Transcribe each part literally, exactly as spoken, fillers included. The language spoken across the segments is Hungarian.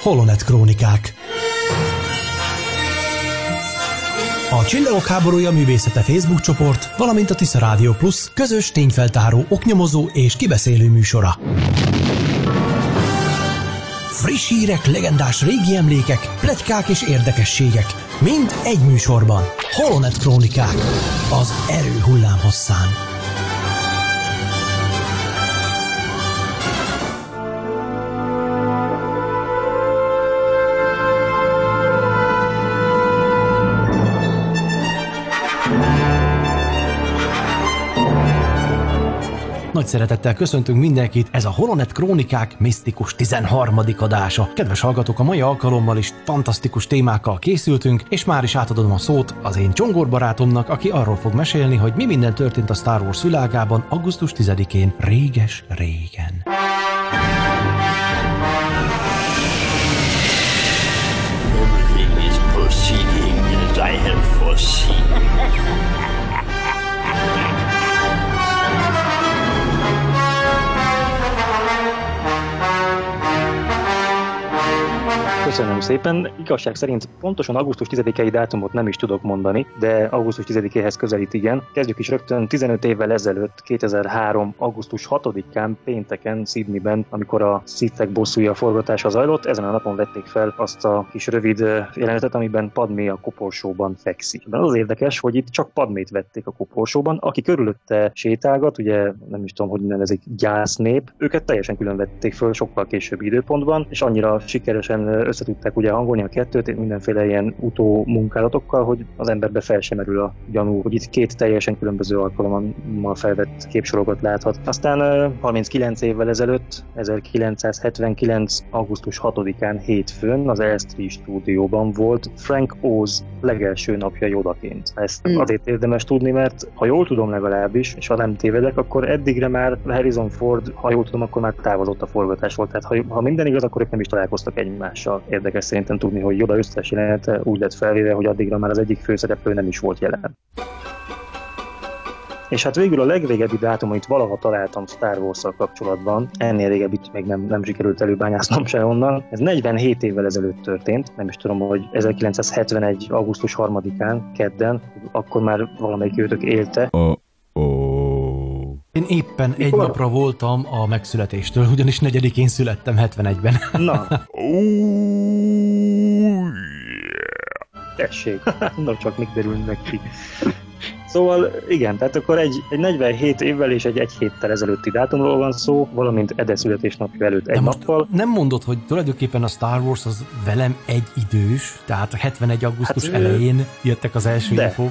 Holonet Krónikák. A Csillagok háborúja művészete Facebook csoport, valamint a Tisza Rádió Plus közös tényfeltáró, oknyomozó és kibeszélő műsora. Friss hírek, legendás régi emlékek, pletykák és érdekességek. Mind egy műsorban. Holonet Krónikák. Az erő hullámhosszán. Nagy szeretettel köszöntünk mindenkit, ez a Holonet Krónikák misztikus tizenharmadik adása. Kedves hallgatók, a mai alkalommal is fantasztikus témákkal készültünk, és már is átadom a szót az én csongor barátomnak, aki arról fog mesélni, hogy mi minden történt a Star Wars világában augusztus tizedikén, réges-régen. Everything is proceeding as I have foreseen. Köszönöm szépen. Igazság szerint pontosan augusztus tizedikei dátumot nem is tudok mondani, de augusztus tizedikéhez közelít igen. Kezdjük is rögtön tizenöt évvel ezelőtt, kétezer-három. augusztus hatodikán pénteken Sydneyben, amikor a Sithek bosszúja forgatása zajlott, ezen a napon vették fel azt a kis rövid jelenetet, amiben Padmé a koporsóban fekszik. De az érdekes, hogy itt csak Padmét vették a koporsóban, aki körülötte sétálgat, ugye nem is tudom, hogy nevezik, gyásznép, őket teljesen külön vették föl sokkal későbbi időpontban, és annyira sikeresen össze tudták ugye hangolni a kettőt mindenféle ilyen utó munkálatokkal, hogy az emberbe fel sem merül a gyanú, hogy itt két teljesen különböző alkalommal felvett képsorokat láthat. Aztán harminckilenc évvel ezelőtt, ezerkilencszázhetvenkilenc. augusztus hatodikán hétfőn az Elstree stúdióban volt Frank Oz legelső napja Yodaként. Ezt mm. azért érdemes tudni, mert ha jól tudom legalábbis, és ha nem tévedek, akkor eddigre már Harrison Ford, ha jól tudom, akkor már távozott a forgatásról. Tehát ha, ha minden igaz, akkor ők nem is találkoztak egymással. Érdekes szerintem tudni, hogy Yoda összes jelenete úgy lett felvéve, hogy addigra már az egyik főszereplő nem is volt jelen. És hát végül a legrégebbi dátum, amit valaha találtam Star Wars-szal kapcsolatban, ennél régebbit még nem, nem sikerült előbányásznom se onnan, ez negyvenhét évvel ezelőtt történt, nem is tudom, hogy ezerkilencszázhetvenegy. augusztus harmadikán, kedden, akkor már valamelyik őtök élte. Oh, oh. Én éppen Mikor? egy napra voltam a megszületéstől, ugyanis negyedikén születtem hetvenegyben. Na. Tessék, na csak még derülnek ki. Szóval igen, tehát akkor egy, egy negyvenhét évvel és egy egy héttel ezelőtti dátumról van szó, valamint Ede születésnapja előtt egy nappal. Nem mondod, hogy tulajdonképpen a Star Wars az velem egy idős, tehát a hetvenegy. augusztus hát, elején jöttek az első infók.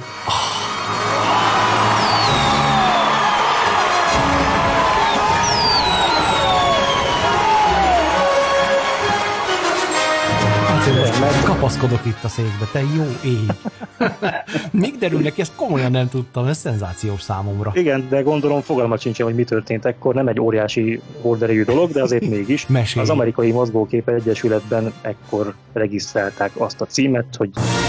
Kapaszkodok itt a székbe, te jó ég. Még derül neki, ezt komolyan nem tudtam, ez szenzációs számomra. Igen, de gondolom fogalmat sincsen, hogy mi történt ekkor, nem egy óriási horderejű dolog, de azért mégis. Mesélj. Az Amerikai Mozgókép Egyesületben ekkor regisztrálták azt a címet, hogy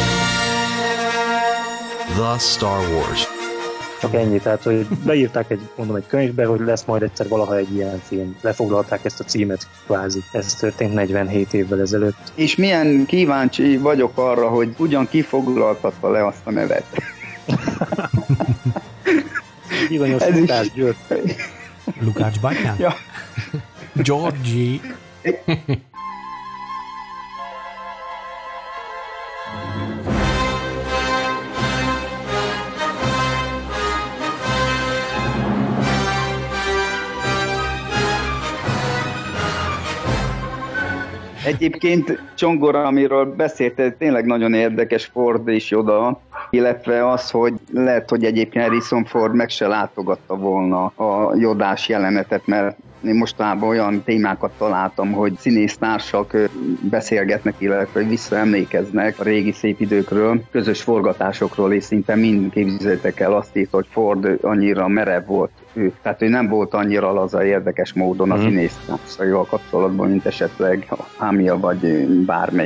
The Star Wars. Csak ennyi, tehát hogy beírták egy, mondom, egy könyvbe, hogy lesz majd egyszer valaha egy ilyen film. Lefoglalták ezt a címet kvázi. Ez történt negyvenhét évvel ezelőtt. És milyen kíváncsi vagyok arra, hogy ugyan kifoglaltatta le azt a nevet. Bizonyos Lukács György. Lukács bátyám? Ja. Georgie. Egyébként Csongor, amiről beszéltél, tényleg nagyon érdekes Ford és Yoda, illetve az, hogy lehet, hogy egyébként Harrison Ford meg se látogatta volna a Yodás jelenetet, mert én mostanában olyan témákat találtam, hogy színésztársak beszélgetnek, illetve visszaemlékeznek a régi szép időkről, közös forgatásokról, és szinte mind képzeljétek el azt itt, hogy Ford annyira merev volt ő. Tehát ő nem volt annyira laza érdekes módon a színésztársaival kapcsolatban, mint esetleg Hamia vagy bármelyik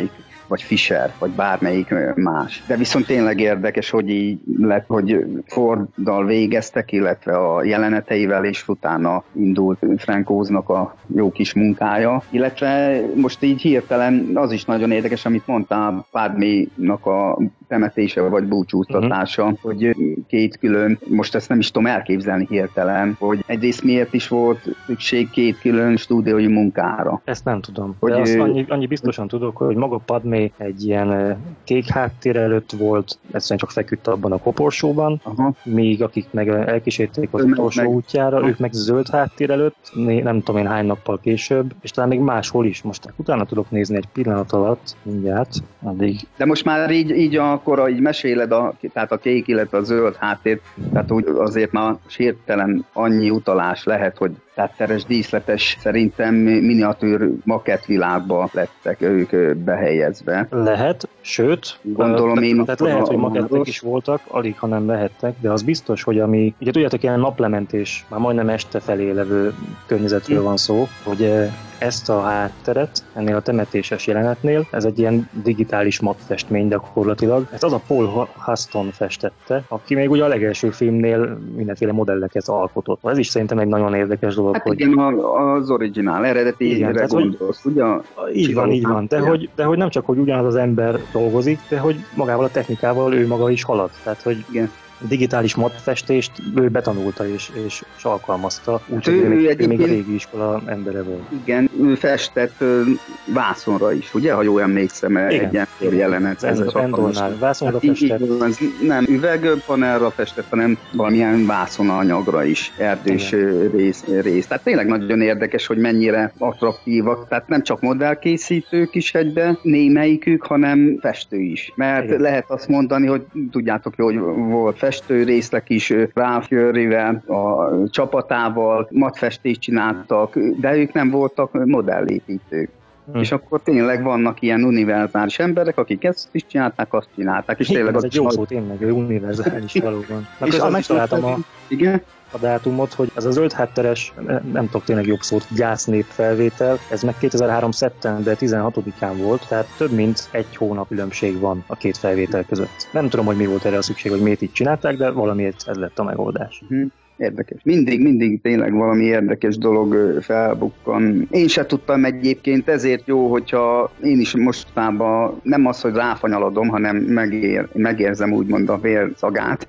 vagy Fischer, vagy bármelyik más. De viszont tényleg érdekes, hogy így lett, hogy Forddal végeztek, illetve a jeleneteivel, és utána indult Frank Oznak a jó kis munkája. Illetve most így hirtelen az is nagyon érdekes, amit mondtál, Padménak a temetése vagy búcsúztatása, uh-huh. hogy két külön, most ezt nem is tudom elképzelni hirtelen, hogy egyrészt miért is volt szükség két külön stúdiói munkára. Ezt nem tudom. Hogy De azt ő... annyi, annyi biztosan tudok, hogy maga Padmé egy ilyen kék háttér előtt volt, egyszerűen csak feküdt abban a koporsóban, aha. míg akik meg elkísérték az utolsó meg... útjára, ők meg zöld háttér előtt, nem tudom én hány nappal később, és talán még máshol is. Most utána tudok nézni egy pillanat alatt, mindjárt, addig. De most már így, így akkor így meséled, a, tehát a kék, illetve a zöld háttér, tehát úgy azért már sértelen annyi utalás lehet, hogy teres díszletes, szerintem miniatűr makettvilágba lettek ők behelyezve. Lehet, sőt, gondolom tehát, én. Tehát lehet, hogy makettek is voltak, alig, ha nem lehettek, de az biztos, hogy ami, ugye tudjátok, ilyen naplementés, már majdnem este felé levő környezetről van szó, hogy ezt a hátteret, ennél a temetéses jelenetnél, ez egy ilyen digitális mattfestmény gyakorlatilag. Ezt az a Paul Huston festette, aki még ugye a legelső filmnél mindenféle modelleket alkotott. Ez is szerintem egy nagyon érdekes dolog. Hát hogy... igen, az originál, eredetére gondolsz, ugye? Így van, így van. De hogy, de hogy nem csak, hogy ugyanaz az ember dolgozik, de hogy magával a technikával ő maga is halad. Tehát, hogy igen. Digitális mattfestést ő betanulta és, és, és alkalmazta, úgyhogy ő, ő, még, ő még a régi iskola embere volt. Igen, ő festett uh, vászonra is, ugye, ha jól emlékszem, egy ilyen jelenet. Ez az Endornál vászonra hát festett. Így, így, nem üvegpanelra festett, hanem valamilyen vászonanyagra is, erdős rész, rész. Tehát tényleg nagyon érdekes, hogy mennyire attraktívak, tehát nem csak modellkészítők is egybe, némelyikük, hanem festő is. Mert igen. Lehet azt mondani, hogy tudjátok jó, hogy volt festő részlek is Ralph Curryvel, a csapatával mattfestést csináltak, de ők nem voltak modellépítők. Hmm. És akkor tényleg vannak ilyen univerzális emberek, akik ezt is csinálták, azt csinálták. És tényleg ez egy jó szó, tényleg, ő univerzális valóban. És azt megtaláltam a... Igen? a dátumot, hogy ez a zöld hátteres, nem tudok tényleg jobb szót, gyásznép felvétel, ez meg kétezer-három. szeptember tizenhatodikán volt, tehát több mint egy hónap különbség van a két felvétel között. Nem tudom, hogy mi volt erre a szükség, hogy miért így csinálták, de valamiért ez lett a megoldás. Hmm. Érdekes. Mindig, mindig tényleg valami érdekes dolog felbukkan. Én se tudtam egyébként, ezért jó, hogyha én is mostában nem az, hogy ráfanyaladom, hanem megér, megérzem úgymond a vérszagát.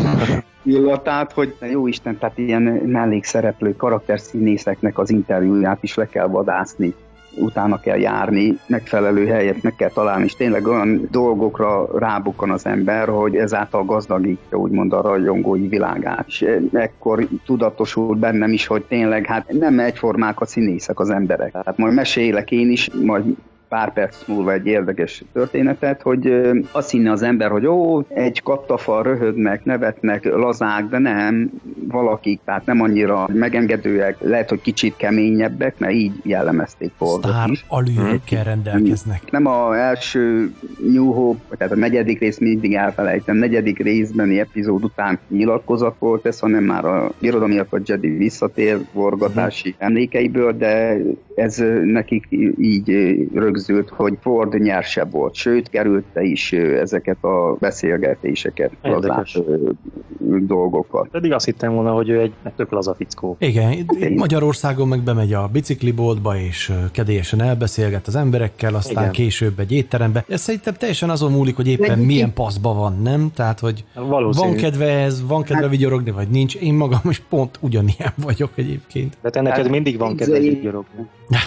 illatát, hogy jó Isten, tehát ilyen mellékszereplő karakterszínészeknek az interjúját is le kell vadászni. Utána kell járni, megfelelő helyet meg kell találni, és tényleg olyan dolgokra rábukkan az ember, hogy ezáltal gazdagítja úgymond a rajongói világát. És ekkor tudatosult bennem is, hogy tényleg hát nem egyformák a színészek az emberek. Tehát majd mesélek én is, majd pár perc múlva egy érdekes történetet, hogy azt hinne az ember, hogy ó, egy kaptafal röhögnek, nevetnek, lazák, de nem, valakik, tehát nem annyira megengedőek, lehet, hogy kicsit keményebbek, mert így jellemezték Fordot is. Sztár alűrökkel rendelkeznek. Nem az első New Hope, tehát a negyedik rész mindig elfelejtem, negyedik részbeni epizód után nyilatkozat volt ez, hanem már a Birodalmiak a Jedi visszatér forgatási uh-huh. emlékeiből, de ez nekik így rögzült, hogy Ford nyersebb volt, sőt, kerülte is ezeket a beszélgetéseket, lazás dolgokat. Pedig azt hittem volna, hogy ő egy tök laza fickó. Igen, itt Magyarországon meg bemegy a bicikliboltba, és kedélyesen elbeszélget az emberekkel, aztán igen. Később egy étterembe. Ez szerintem teljesen azon múlik, hogy éppen milyen paszba van, nem? Tehát, hogy valószínű. Van kedve ez, van kedve hát, vigyorogni, vagy nincs. Én magam is pont ugyanilyen vagyok egyébként. De te neked hát, mindig van kedve vigyorogni.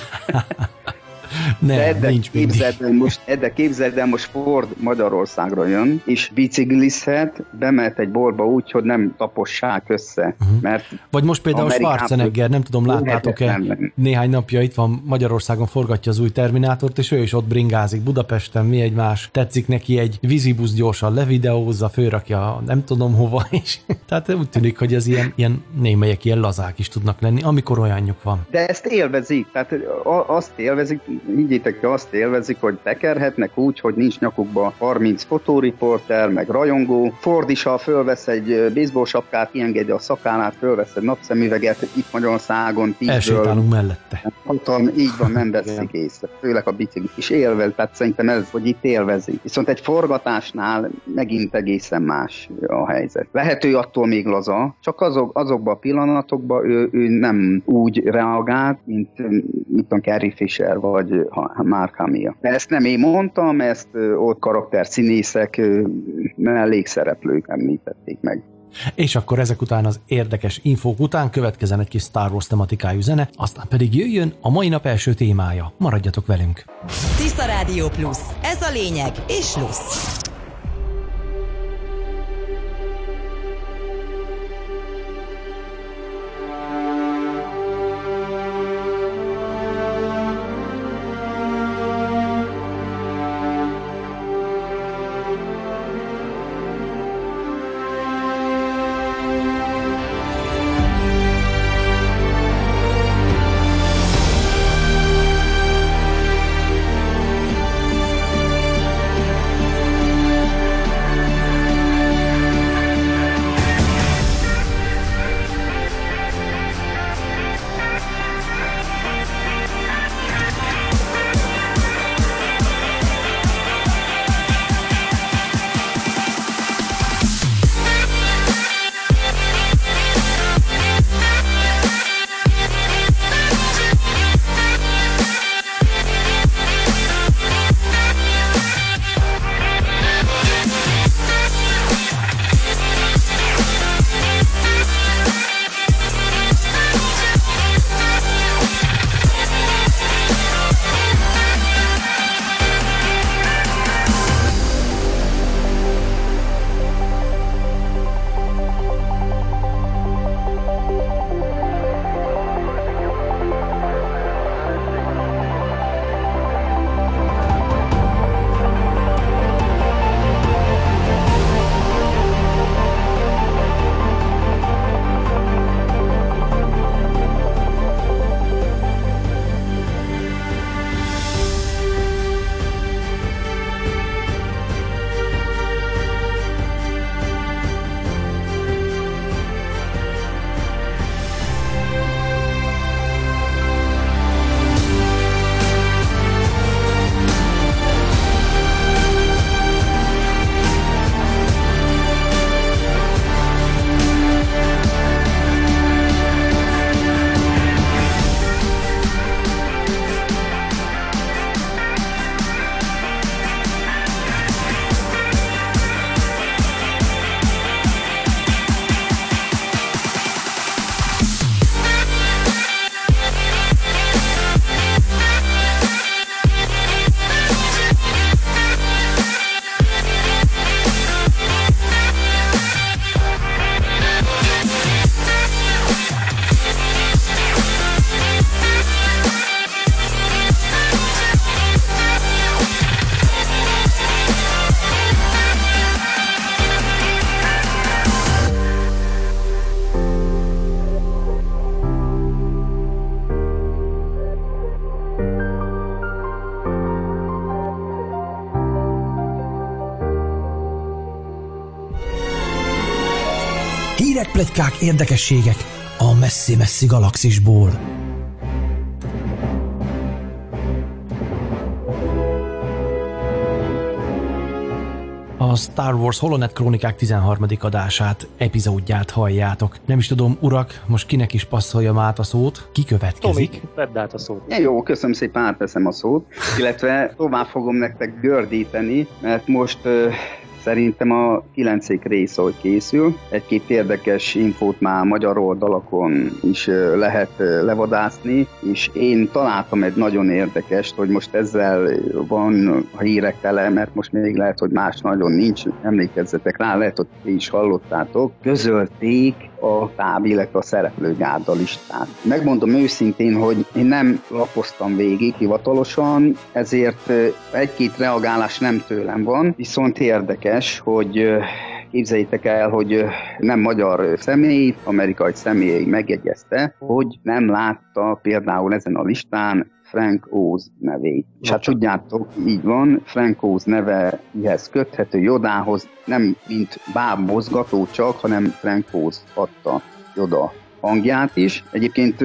Nem, de Edde, nincs képzeld el most, Edde, képzeld el, most Ford Magyarországra jön, és biciklizhet, bemehet egy boltba úgy, hogy nem tapossák össze. Uh-huh. Mert vagy most például Schwarzenegger, nem tudom, láttátok-e, néhány napja itt van Magyarországon, forgatja az új Terminátort, és ő is ott bringázik Budapesten, mi egymás, tetszik neki egy vízibusz, gyorsan levideózza, fölrakja nem tudom hova is. Tehát úgy tűnik, hogy ez ilyen, ilyen némelyek ilyen lazák is tudnak lenni, amikor olyanjuk van. De ezt élvezik, tehát azt élvezik, higgyétek, azt élvezik, hogy tekerhetnek úgy, hogy nincs nyakukba harminc fotóriporter, meg rajongó. Ford is, ha fölvesz egy baseball sapkát, kiengedi a szakálát, fölvesz egy napszemüveget, itt Magyarországon tízből. Elsétálunk mellette. Hatalm, így van, nem veszik észre. Főleg a bicikli. És élvez, tehát szerintem ez, hogy itt élvezik. Viszont egy forgatásnál megint egészen más a helyzet. Lehető attól még laza, csak azok, azokban a pillanatokban ő, ő nem úgy reagált, mint mit tudom, Carrie Fisher vagy Mark Hamill. De ezt nem én mondtam, ezt ott karakterszínészek, mellékszereplők említették meg. És akkor ezek után, az érdekes infók után következzen egy kis Star Wars tematikájú zene, aztán pedig jöjjön a mai nap első témája. Maradjatok velünk! Tisza Rádió Plusz. Ez a lényeg és lusz. Hírek, pletykák, érdekességek a messzi-messzi galaxisból. A Star Wars Holonet Krónikák tizenharmadik adását, epizódját halljátok. Nem is tudom, urak, most kinek is passzoljam át a szót? Ki következik? Tomi, vedd át a szót. Ja, jó, köszönöm szépen, átveszem a szót. Illetve tovább fogom nektek gördíteni, mert most... Uh... Szerintem a kilencedik rész, ahogy készül, egy-két érdekes infót már magyar oldalakon is lehet levadászni, és én találtam egy nagyon érdekest, hogy most ezzel van a hírek tele, mert most még lehet, hogy más nagyon nincs, emlékezzetek rá, lehet, hogy ti is hallottátok, közölték a táb, illetve a szereplőgárda listát. Megmondom őszintén, hogy én nem lapoztam végig hivatalosan, ezért egy-két reagálás nem tőlem van, viszont érdekes, hogy képzeljétek el, hogy nem magyar személy, amerikai személy megjegyezte, hogy nem látta például ezen a listán Frank Oz nevét. És hát tudjátok, így van, Frank Oz neve ihez köthető, Yodához, nem mint báb mozgató csak, hanem Frank Oz adta Yoda hangját is. Egyébként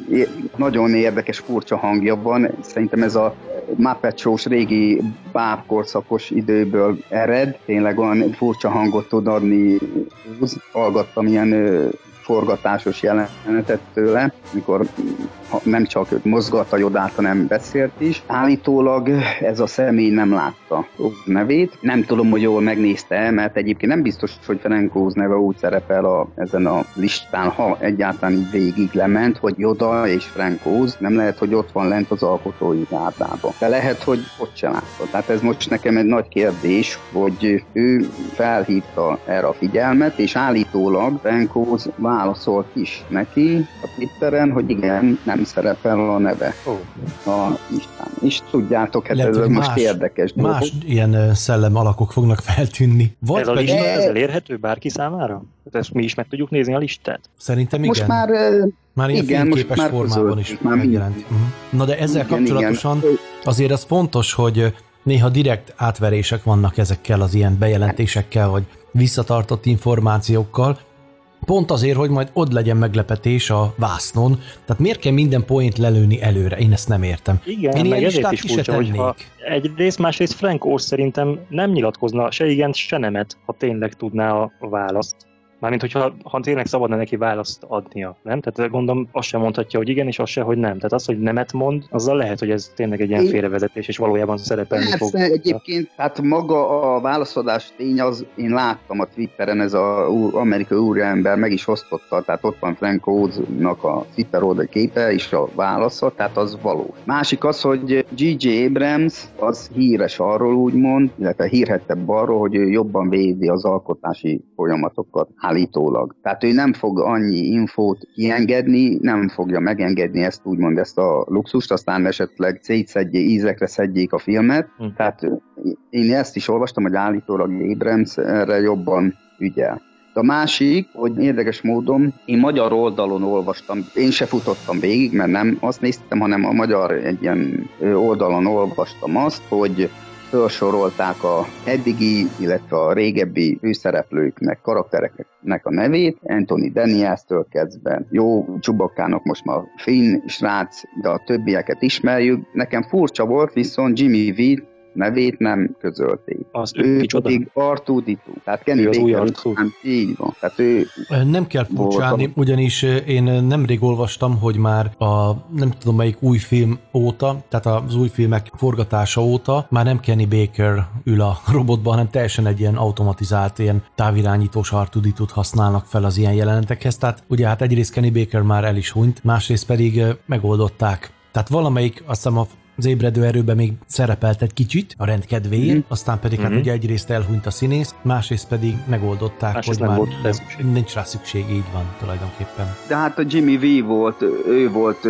nagyon érdekes, furcsa hangja van. Szerintem ez a Muppet Show-s régi bábkorszakos időből ered. Tényleg olyan furcsa hangot tud adni. Hallgattam ilyen forgatásos jelenetet tőle, amikor nem csak őt mozgatta Yodát, hanem beszélt is. Állítólag ez a személy nem látta Oz nevét. Nem tudom, hogy jól megnézte, mert egyébként nem biztos, hogy Frank Oz neve úgy szerepel a, ezen a listán, ha egyáltalán így végig lement, hogy Yoda és Frank Oz, nem lehet, hogy ott van lent az alkotói gárdában. De lehet, hogy ott se látta. Tehát ez most nekem egy nagy kérdés, hogy ő felhívta erre a figyelmet, és állítólag Frank Oz válaszolt is neki a Twitteren, hogy igen, nem szerepel a neve oh. a listán. És tudjátok, hát lehet, ez most más, érdekes dolog. Más ilyen szellem alakok fognak feltűnni. Vagy ez a lista, ez elérhető bárki számára? Ezt mi is meg tudjuk nézni a listát? Szerintem igen. Most már, már ilyen igen, fényképes most már formában is megjelent. Uh-huh. Na de ezzel igen, kapcsolatosan igen. azért az fontos, hogy néha direkt átverések vannak ezekkel az ilyen bejelentésekkel, vagy visszatartott információkkal, pont azért, hogy majd ott legyen meglepetés a vásznon. Tehát miért kell minden point lelőni előre? Én ezt nem értem. Igen, én meg ezért is furcsa, hogyha egyrészt, másrészt Frank Oz szerintem nem nyilatkozna se igen, se nemet, ha tényleg tudná a választ. Mármint, hogyha ha tényleg szabadna neki választ adnia, nem? Tehát gondolom azt sem mondhatja, hogy igen, és azt sem, hogy nem. Tehát az, hogy nemet mond, azzal lehet, hogy ez tényleg egy ilyen félrevezetés, és valójában szerepelni hát, fog. Egyébként, hát maga a válaszadás tény, az én láttam a Twitteren, ez az amerikai úriember meg is osztotta, tehát ott van Frank Oznak a Twitter oldal képe, és a válasza, tehát az valós. Másik az, hogy J J Abrams az híres arról úgymond, illetve hírhettebb arról, hogy ő jobban védi az alkotási folyamatokat. Állítólag. Tehát ő nem fog annyi infót kiengedni, nem fogja megengedni ezt úgymond ezt a luxust, aztán esetleg szétszedjék, ízekre szedjék a filmet. Hm. Tehát én ezt is olvastam, hogy állítólag Abrams erre jobban ügyel. De a másik, hogy érdekes módon én magyar oldalon olvastam, én se futottam végig, mert nem azt néztem, hanem a magyar egy ilyen oldalon olvastam azt, hogy felsorolták a eddigi, illetve a régebbi főszereplőknek, karaktereknek a nevét, Anthony Daniels-től kezdve. Jó, Chewbacca-nak most már Finn srác, de a többieket ismerjük. Nekem furcsa volt, viszont Jimmy V nevét nem közölték. Az ő kicsoda? Pedig er kettő dé kettő. Tehát Kenny Baker után így van. Tehát ő nem kell furcsálni, ugyanis én nemrég olvastam, hogy már a nem tudom melyik új film óta, tehát az új filmek forgatása óta már nem Kenny Baker ül a robotban, hanem teljesen egy ilyen automatizált, ilyen távirányítós er kettő dé kettőt használnak fel az ilyen jelenetekhez. Tehát ugye hát egyrészt Kenny Baker már el is hunyt, másrészt pedig megoldották. Tehát valamelyik, azt hiszem, az ébredő erőben még szerepelt egy kicsit a rendkedvéért, mm-hmm. aztán pedig mm-hmm. hát ugye egyrészt elhunyt a színész, másrészt pedig megoldották, másrészt hogy már volt nincs rá szükség, így van tulajdonképpen. De hát a Jimmy V volt, ő volt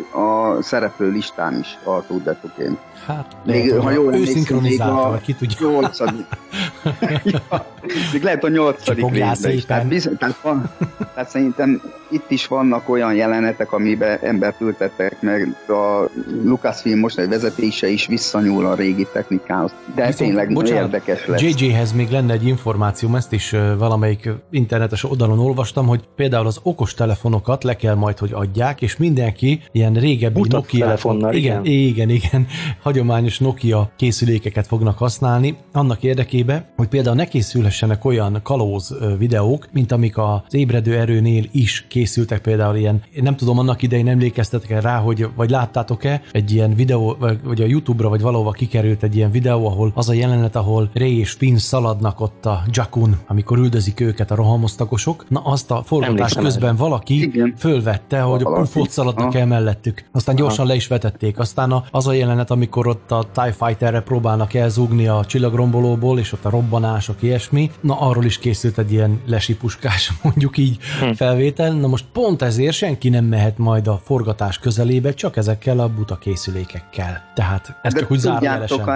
a szereplő listán is a er kettő dé kettőként. Hát, még, lehet, ha jól ő szinkronizálta, vagy ki tudja. nyolcadik ja, még lehet a nyolcadik részben is. Tehát, bizony, tehát, van, tehát szerintem itt is vannak olyan jelenetek, amiben embert ültettek meg. A Lucasfilm most egy vezetése is visszanyúl a régi technikához. De viszont, tényleg bocsánat, érdekes lesz. jé jéhez még lenne egy információm, ezt is valamelyik internetes oldalon olvastam, hogy például az okos telefonokat le kell majd, hogy adják, és mindenki ilyen régebbi Mutat Nokia telefonnal, igen, igen, igen, igen, hagyományos Nokia készülékeket fognak használni, annak érdekében, hogy például ne készülhessenek olyan kalóz videók, mint amik az ébredő erőnél is készültek, például ilyen, én nem tudom, annak idején emlékeztetek rá, hogy vagy láttátok-e egy ilyen videó, vagy a YouTube-ra, vagy valahova kikerült egy ilyen videó, ahol az a jelenet, ahol Rey és Finn szaladnak ott a Jakun, amikor üldözik őket a rohamosztagosok. Na azt a forgatás Emlékszem közben el. valaki igen. fölvette, hogy a pufot szaladnak el mellettük. Aztán gyorsan Aha. le is vetették. Aztán az a jelenet, amikor ott a TIE Fighterre próbálnak elzúgni a csillagrombolóból, és ott a robbanások, ilyesmi. Na arról is készült egy ilyen lesipuskás, mondjuk így hm. felvétel. Na most pont ezért senki nem mehet majd a forgatás közelébe, csak ezekkel a buta készülékekkel. Tehát ez de csak úgy zárójelesen. Hát,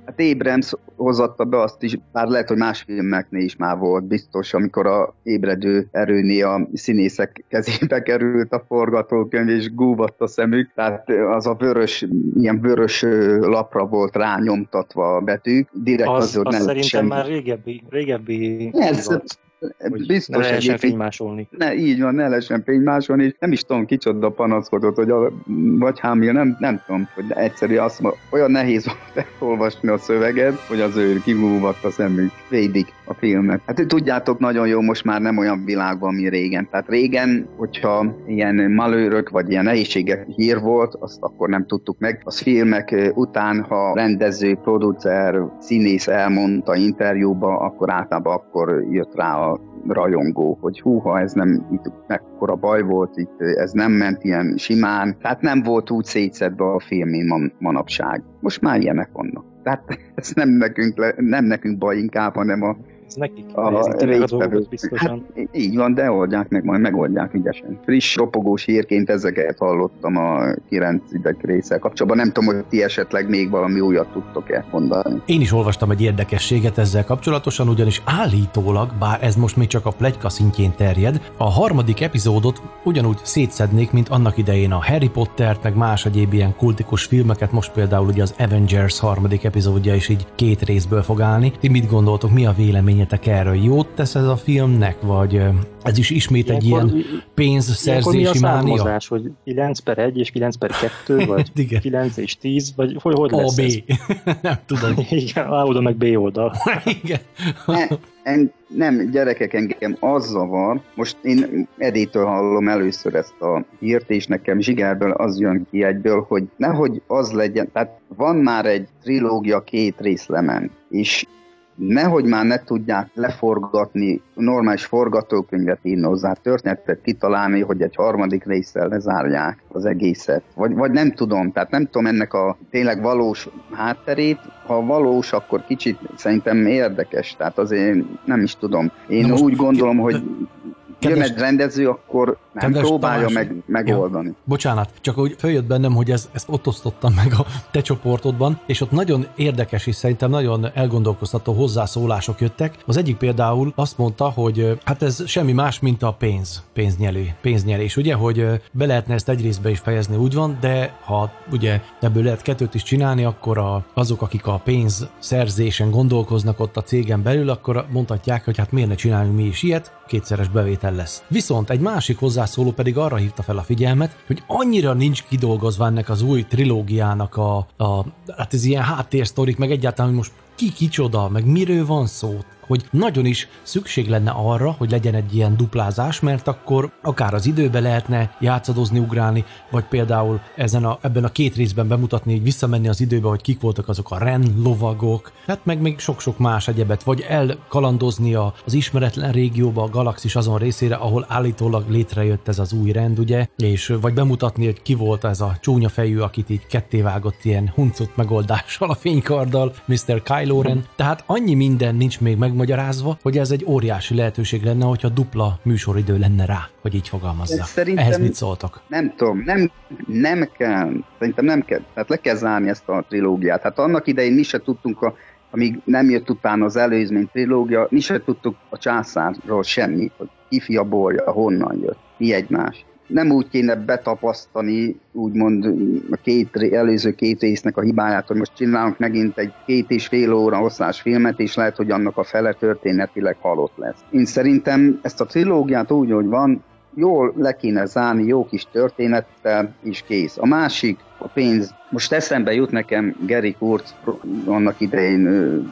Hát Abrams hozatta be azt is, bár lehet, hogy más filmeknél is már volt biztos, amikor a ébredő erőnél a színészek kezébe került a forgatókönyv, és gúvatt a szemük, tehát az a vörös, ilyen vörös lapra volt rányomtatva a betűk. Direkt az, azért az nem szerintem semmi. Már régebbi, régebbi Ez, biztos, ne lehessen egyébként- fénymásolni. Ne, így van, ne lehessen fénymásolni, és nem is tudom, kicsoda panaszkodott, hogy a, vagy Hamill, nem, nem tudom, hogy egyszerűen azt mondja, olyan nehéz volt olvasni a szöveget, hogy az ő kigúvatt a szemük, védik a filmet. Hát tudjátok, nagyon jó, most már nem olyan világban, mint régen. Tehát régen, hogyha ilyen malőrök, vagy ilyen nehézségek hír volt, azt akkor nem tudtuk meg. Az filmek után, ha rendező, producer, színész elmondta interjúba, akkor általában akkor jött rá a rajongó, hogy húha, ez nem itt mekkora baj volt, itt ez nem ment ilyen simán, tehát nem volt úgy szétszedve a film, mint man, manapság. Most már ilyenek vannak. Tehát ez nem nekünk, le, nem nekünk baj inkább, hanem a Ez nekik a nehezíti meg a dolgot résztvevők. biztosan. Hát, így van, de oldják meg, majd megoldják ügyesen. Friss, ropogós hírként ezeket hallottam a kilencedik résszel kapcsolatban. Nem tudom, hogy ti esetleg még valami újat tudtok-e mondani. Én is olvastam egy érdekességet ezzel kapcsolatosan, ugyanis állítólag, bár ez most még csak a pletyka szintjén terjed, a harmadik epizódot ugyanúgy szétszednék, mint annak idején a Harry Pottert, meg más egyéb ilyen kultikus filmeket, most például ugye az Avengers harmadik epizódja is így két részből fog állni. Ti mit gondoltok, mi a véleményetek erről? Jót tesz ez a filmnek, vagy ez is ismét egy Ilyenkor- ilyen pénzszerzési Ilyenkor mi a mánia? számozás, hogy kilenc per egy és kilenc per kettő, vagy Igen. kilenc és tíz, vagy hogy, hogy lesz A, B. ez? Nem tudom. Igen, A oldal meg B oldal. Igen. Ne, en, nem, gyerekek, engem az zavar. Most én Editől hallom először ezt a hírt, és nekem zsigerből az jön ki egyből, hogy nehogy az legyen, tehát van már egy trilógia, két rész lement, és nehogy már ne tudják leforgatni, normális forgatókönyvet írni hozzá, történetet kitalálni, hogy egy harmadik résszel lezárják az egészet. Vagy, vagy nem tudom, tehát nem tudom ennek a tényleg valós hátterét. Ha valós, akkor kicsit szerintem érdekes, tehát azért nem is tudom. Én most úgy gondolom, hogy jön kedves- egy rendező, akkor nem kedves próbálja Tamás, meg, megoldani. Ja, bocsánat, csak úgy följött bennem, hogy ez, ezt ott osztottam meg a te csoportodban, és ott nagyon érdekes és szerintem nagyon elgondolkoztató hozzászólások jöttek. Az egyik például azt mondta, hogy hát ez semmi más, mint a pénz, pénznyelő, pénznyelés, ugye, hogy be lehetne ezt egy részbe is fejezni, úgy van, de ha ugye ebből lehet kettőt is csinálni, akkor a, azok, akik a pénz szerzésen gondolkoznak ott a cégen belül, akkor mondhatják, hogy hát miért ne csináljunk mi is ilyet, kétszeres bevétel lesz. Viszont egy másik hozzászóló pedig arra hívta fel a figyelmet, hogy annyira nincs kidolgozva ennek az új trilógiának a, a hát ez ilyen háttérsztorik, meg egyáltalán, hogy most ki kicsoda, meg miről van szó, hogy nagyon is szükség lenne arra, hogy legyen egy ilyen duplázás, mert akkor akár az időbe lehetne játszadozni, ugrálni, vagy például ezen a, ebben a két részben bemutatni, hogy visszamenni az időbe, hogy kik voltak azok a Ren lovagok, hát meg még sok-sok más egyebet, vagy elkalandozni a, az ismeretlen régióba, a galaxis azon részére, ahol állítólag létrejött ez az új rend, ugye, és vagy bemutatni, hogy ki volt ez a csúnya fejű, akit így kettévágott ilyen huncut megoldással a fénykarddal, miszter Kylo Ren. Tehát annyi minden nincs még megmagyarázva, hogy ez egy óriási lehetőség lenne, hogyha dupla műsoridő lenne rá, hogy így fogalmazza. Szerintem- Ehhez mit szóltok? Nem tudom, nem, nem kell, szerintem nem kell, tehát le kell zárni ezt a trilógiát. Hát annak idején mi se tudtunk, a, amíg nem jött utána az előzmény trilógia, mi se tudtuk a császárról semmit, hogy ki fia borja, honnan jött, mi egymás. Nem úgy kéne betapasztani, úgymond a két, előző két résznek a hibáját, hogy most csinálunk megint egy két és fél óra hosszás filmet, és lehet, hogy annak a fele történetileg halott lesz. Én szerintem ezt a trilógiát úgy, hogy van, jól le kéne zárni, jó kis történettel, és kész. A másik, a pénz. Most eszembe jut nekem Gary Kurtz, annak idején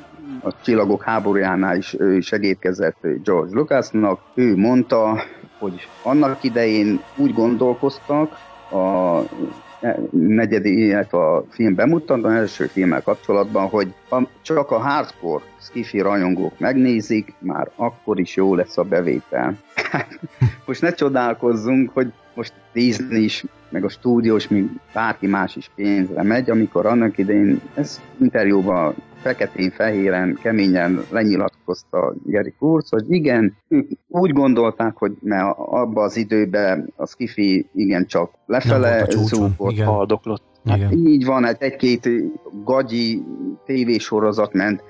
a Csillagok háborújánál is segítkezett George Lucasnak. Ő mondta, hogy annak idején úgy gondolkoztak a negyedik, illetve a film bemutató, az első filmmel kapcsolatban, hogy ha csak a hardcore sci-fi rajongók megnézik, már akkor is jó lesz a bevétel. Most ne csodálkozzunk, hogy most Disney is, meg a stúdiós, mint bárki más is pénzre megy, amikor annak idején ez interjúban feketén-fehéren, keményen lenyilatkozta Gary Kurtz, hogy igen, ők úgy gondolták, hogy mert abban az időben a sci-fi igen csak lefele zúgott, igen. Haldoklott. Hát így van, hát egy-két gagyi, tévésorozat ment,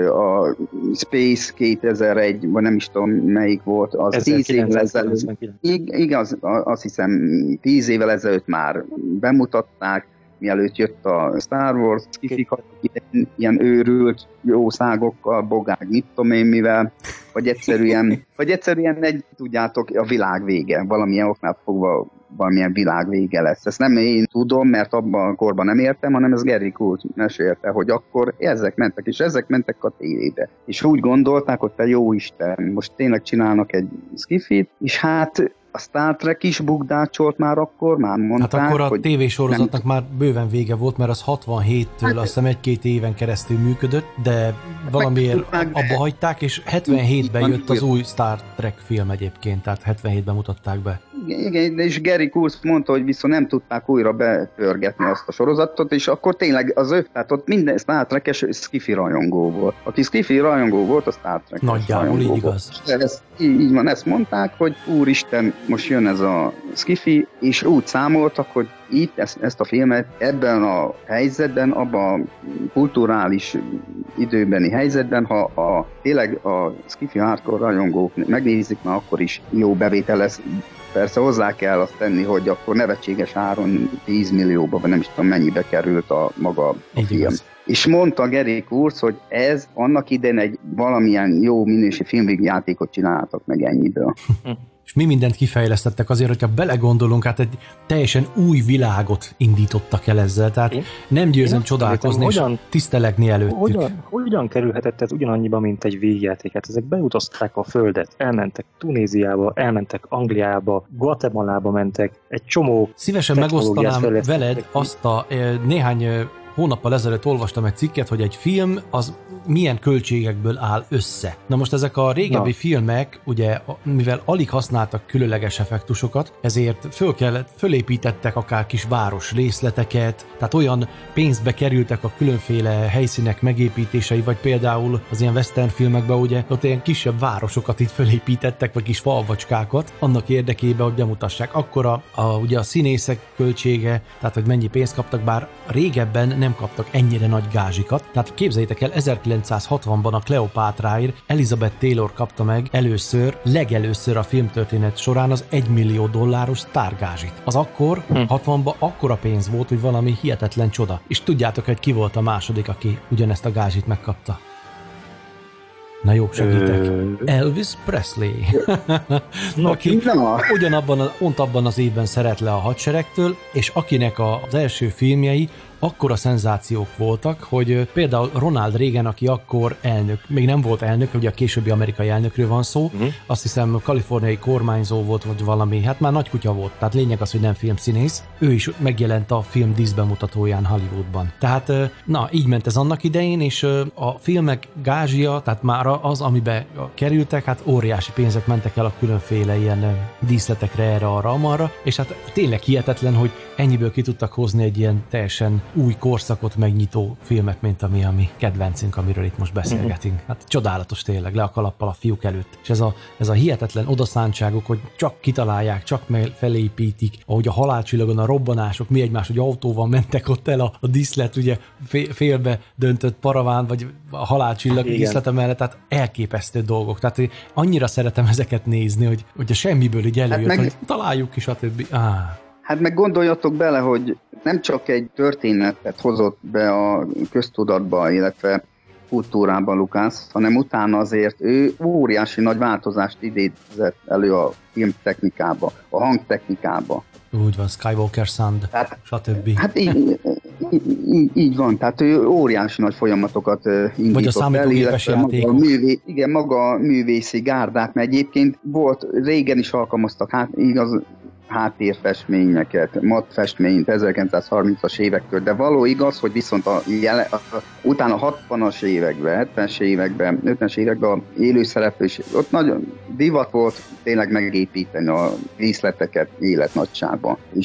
a Space kétezer-egy, vagy nem is tudom melyik volt, az tíz évvel ezelőtt. Igaz, azt hiszem tíz évvel ezelőtt már bemutatták, mielőtt jött a Star Wars, kifikat, ilyen őrült jószágokkal, bogág, mit tudom én mivel, vagy egyszerűen, vagy egyszerűen egy, tudjátok, a világ vége, valamilyen oknál fogva valamilyen világ vége lesz. Ezt nem én tudom, mert abban a korban nem értem, hanem ez Gary Kult mesélte, hogy akkor ezek mentek, és ezek mentek a tévébe. És úgy gondolták, hogy te jó Isten, most tényleg csinálnak egy skifit, és hát a Star Trek is bukdácsolt már akkor, már mondták. Hát akkor a hogy tévésorozatnak nem... már bőven vége volt, mert az hatvanhéttől hát, azt hiszem egy-két éven keresztül működött, de valamiért abba hagyták, és hetvenhétben jött az új Star Trek film egyébként, tehát hetvenhétben mutatták be. Igen, és Gary Kurtz mondta, hogy viszont nem tudták újra bepörgetni azt a sorozatot, és akkor tényleg az ő, tehát ott minden Star Trek-es skifi rajongó volt. Aki skifi rajongó volt, a Star Trek-es nagyjából így igaz. Ez, így van, ezt mondták, hogy úristen, most jön ez a skifi, és úgy számoltak, hogy itt ezt, ezt a filmet ebben a helyzetben, abban a kulturális időbeni helyzetben, ha a, tényleg a skifi hardcore rajongók megnézik, na akkor is jó bevétel lesz. Persze hozzá kell azt tenni, hogy akkor nevetséges áron tíz millióba, vagy nem is tudom mennyibe került a maga a film. Igaz. És mondta Gary Kurtz, hogy ez annak idején egy valamilyen jó minőségű filmvégjátékot csináltak meg ennyiből. És mi mindent kifejlesztettek azért, hogyha belegondolunk, hát egy teljesen új világot indítottak el ezzel, tehát én, nem győzöm én csodálkozni és hogyan, tisztelegni előttük. Hogyan, hogyan kerülhetett ez ugyanannyiba, mint egy végjáték? Hát ezek beutazták a földet, elmentek Tunéziába, elmentek Angliába, Guatemalába mentek, egy csomó... Szívesen megosztanám veled azt a néhány hónappal ezelőtt olvastam egy cikket, hogy egy film az milyen költségekből áll össze. Na most ezek a régebbi Na. filmek, ugye, mivel alig használtak különleges effektusokat, ezért föl kellett, fölépítettek akár kis város részleteket, tehát olyan pénzbe kerültek a különféle helyszínek megépítései, vagy például az ilyen western filmekben ugye ott ilyen kisebb városokat itt fölépítettek, vagy kis falvacskákat, annak érdekében, hogy bemutassák. Akkor a, a, ugye a színészek költsége, tehát hogy mennyi pénzt kaptak, bár régebben nem kaptak ennyire nagy gázsikat. Tehát képzeljétek el, ezerkilencszázhatvanban a Kleopátráért Elizabeth Taylor kapta meg először, legelőször a filmtörténet során az egymillió dolláros sztárgázsit. Az akkor, hm. hatvanban akkora pénz volt, hogy valami hihetetlen csoda. És tudjátok, hogy ki volt a második, aki ugyanezt a gázsit megkapta? Na jó, segítek. Elvis Presley. Aki ugyanabban, pont abban az évben szeret le a hadseregtől, és akinek az első filmjei akkora szenzációk voltak, hogy például Ronald Reagan, aki akkor elnök, még nem volt elnök, ugye a későbbi amerikai elnökről van szó, uh-huh. azt hiszem kaliforniai kormányzó volt, vagy valami, hát már nagy kutya volt, tehát lényeg az, hogy nem filmszínész, ő is megjelent a film díszbemutatóján Hollywoodban. Tehát na, így ment ez annak idején, és a filmek gázsia, tehát már az, amiben kerültek, hát óriási pénzek mentek el a különféle ilyen díszletekre, erre, arra, amarra, és hát tényleg hihetetlen, hogy ennyiből ki tudtak hozni egy ilyen teljesen új korszakot megnyitó filmet, mint ami a mi kedvencünk, amiről itt most beszélgetünk. Hát csodálatos tényleg, le a kalappal a fiúk előtt. És ez a, ez a hihetetlen odaszántságok, hogy csak kitalálják, csak felépítik, ahogy a halálcsillagon a robbanások, mi egymás, hogy autóval mentek ott el a, a díszlet, ugye félbe döntött paraván, vagy a halálcsillag díszlete mellett, tehát elképesztő dolgok. Tehát annyira szeretem ezeket nézni, hogy, hogy a semmiből így előjött, hát meg... hogy találjuk is, a többi. Ah. Hát meg gondoljatok bele, hogy nem csak egy történetet hozott be a köztudatba, illetve kultúrába Lucas, hanem utána azért ő óriási nagy változást idézett elő a filmtechnikába, a hangtechnikába. Úgy van, Skywalker Sound, hát, stb. Hát így, így, így van, tehát ő óriási nagy folyamatokat indított vagy a számítógépes játékok. Művé, igen, maga a művészi gárdák, mert egyébként volt, régen is alkalmaztak, hát igaz, háttérfestményeket, mattfestményt ezerkilencszázharmincas évektől, de való igaz, hogy viszont a, jele, a, utána a hatvanas években, hetvenes években, ötvenes években a élőszereplő is, ott nagyon divat volt tényleg megépíteni a díszleteket életnagyságban. És hát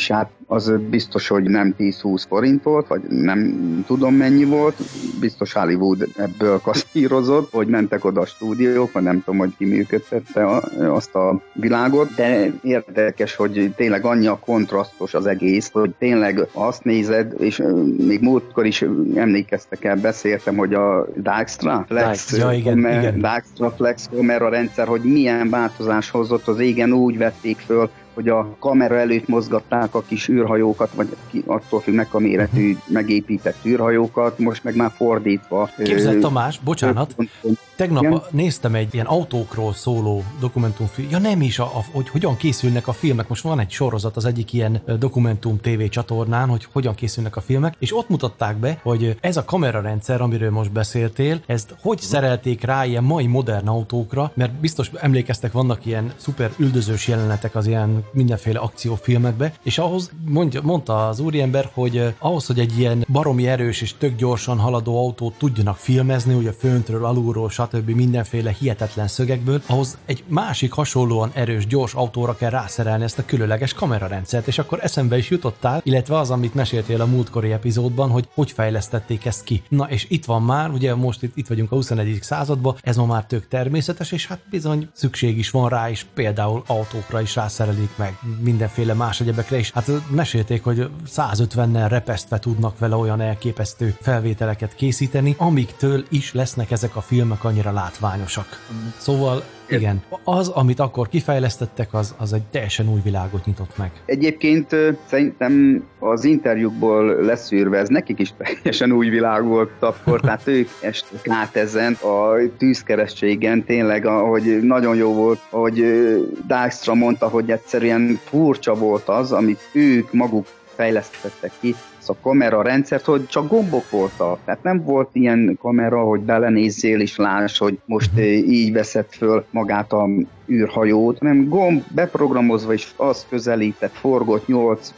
az biztos, hogy nem tíz-húsz forint volt, vagy nem tudom mennyi volt, biztos Hollywood ebből kasztírozott, hogy mentek oda a stúdiók, vagy nem tudom, hogy ki működtette azt a világot, de érdekes, hogy tényleg annyi a kontrasztos az egész, hogy tényleg azt nézed, és még múltkor is emlékeztek el, beszéltem, hogy a Dijkstra Flex, ja, igen, Homer, igen. Dijkstra Flex kamera rendszer, hogy milyen változás hozott, az égen úgy vették föl, hogy a kamera előtt mozgatták a kis űrhajókat, vagy ki, attól függ meg a méretű uh-huh. megépített űrhajókat, most meg már fordítva. Képzeld, Tamás, bocsánat, tegnap igen? néztem egy ilyen autókról szóló dokumentumfilm, ja nem is, a, a, hogy hogyan készülnek a filmek, most van egy sorozat az egyik ilyen dokumentum tévé csatornán, hogy hogyan készülnek a filmek, és ott mutatták be, hogy ez a kamerarendszer, amiről most beszéltél, ezt hogy szerelték rá ilyen mai modern autókra, mert biztos emlékeztek, vannak ilyen szuper üldözős jelenetek az ilyen mindenféle akciófilmekbe, és ahhoz mondja, mondta az úriember, hogy ahhoz, hogy egy ilyen baromi erős és tök gyorsan haladó autót tudjanak filmezni, ugye föntről, alulról, stb. Mindenféle hihetetlen szögekből, ahhoz egy másik hasonlóan erős, gyors autóra kell rászerelni ezt a különleges kamerarendszert, és akkor eszembe is jutottál, illetve az, amit meséltél a múltkori epizódban, hogy hogy fejlesztették ezt ki. Na, és itt van már, ugye most itt, itt vagyunk a huszonegyedik században, ez ma már tök természetes, és hát bizony szükség is van rá, és például autókra is rászerelik meg mindenféle más egyebekre is. Hát mesélték, hogy százötvennel repesztve tudnak vele olyan elképesztő felvételeket készíteni, amiktől is lesznek ezek a filmek annyira látványosak. Szóval igen, az, amit akkor kifejlesztettek, az, az egy teljesen új világot nyitott meg. Egyébként szerintem az interjúkból leszűrve, ez nekik is teljesen új világ volt akkor, tehát ők estek át ezen a tűzkeresztségen, tényleg, ahogy nagyon jó volt, ahogy Dijkstra mondta, hogy egyszerűen furcsa volt az, amit ők maguk fejlesztettek ki, a kamera rendszert, hogy csak gombok voltak. Tehát nem volt ilyen kamera, hogy belenézzél és láss, hogy most így veszed föl magát a űrhajót, hanem gomb beprogramozva is az közelített, forgott, nyolc